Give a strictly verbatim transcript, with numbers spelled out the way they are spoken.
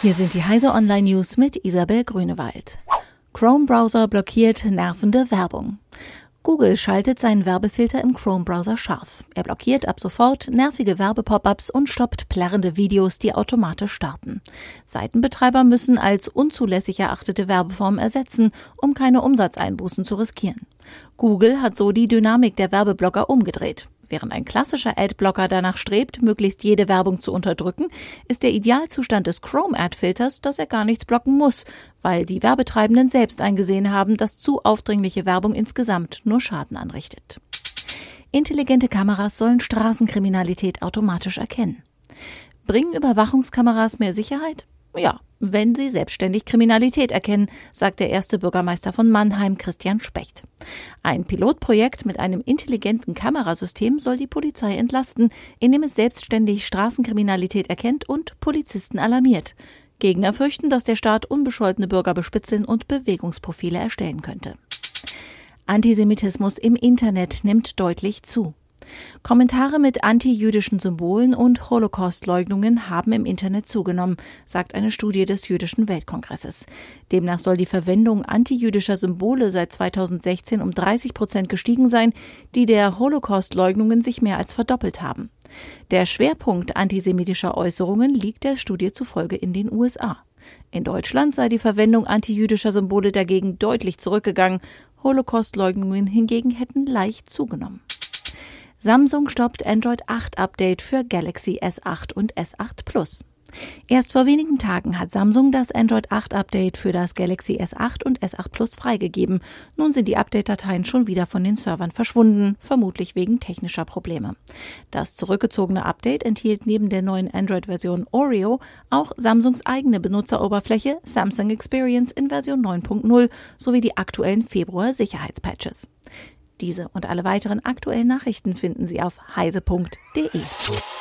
Hier sind die Heise Online News mit Isabel Grünewald. Chrome-Browser blockiert nervende Werbung. Google schaltet seinen Werbefilter im Chrome-Browser scharf. Er blockiert ab sofort nervige Werbe-Pop-ups und stoppt plärrende Videos, die automatisch starten. Seitenbetreiber müssen als unzulässig erachtete Werbeformen ersetzen, um keine Umsatzeinbußen zu riskieren. Google hat so die Dynamik der Werbeblocker umgedreht. Während ein klassischer Adblocker danach strebt, möglichst jede Werbung zu unterdrücken, ist der Idealzustand des Chrome-Ad-Filters, dass er gar nichts blocken muss, weil die Werbetreibenden selbst eingesehen haben, dass zu aufdringliche Werbung insgesamt nur Schaden anrichtet. Intelligente Kameras sollen Straßenkriminalität automatisch erkennen. Bringen Überwachungskameras mehr Sicherheit? Ja, wenn sie selbstständig Kriminalität erkennen, sagt der erste Bürgermeister von Mannheim, Christian Specht. Ein Pilotprojekt mit einem intelligenten Kamerasystem soll die Polizei entlasten, indem es selbstständig Straßenkriminalität erkennt und Polizisten alarmiert. Gegner fürchten, dass der Staat unbescholtene Bürger bespitzeln und Bewegungsprofile erstellen könnte. Antisemitismus im Internet nimmt deutlich zu. Kommentare mit antijüdischen Symbolen und Holocaust-Leugnungen haben im Internet zugenommen, sagt eine Studie des Jüdischen Weltkongresses. Demnach soll die Verwendung antijüdischer Symbole seit zweitausendsechzehn um dreißig Prozent gestiegen sein, die der Holocaust-Leugnungen sich mehr als verdoppelt haben. Der Schwerpunkt antisemitischer Äußerungen liegt der Studie zufolge in den U S A. In Deutschland sei die Verwendung antijüdischer Symbole dagegen deutlich zurückgegangen, Holocaust-Leugnungen hingegen hätten leicht zugenommen. Samsung stoppt Android acht Update für Galaxy S acht und S acht Plus. Erst vor wenigen Tagen hat Samsung das Android acht Update für das Galaxy S acht und S acht Plus freigegeben. Nun sind die Update-Dateien schon wieder von den Servern verschwunden, vermutlich wegen technischer Probleme. Das zurückgezogene Update enthielt neben der neuen Android-Version Oreo auch Samsungs eigene Benutzeroberfläche Samsung Experience in Version neun Punkt null sowie die aktuellen Februar-Sicherheitspatches. Diese und alle weiteren aktuellen Nachrichten finden Sie auf heise punkt de.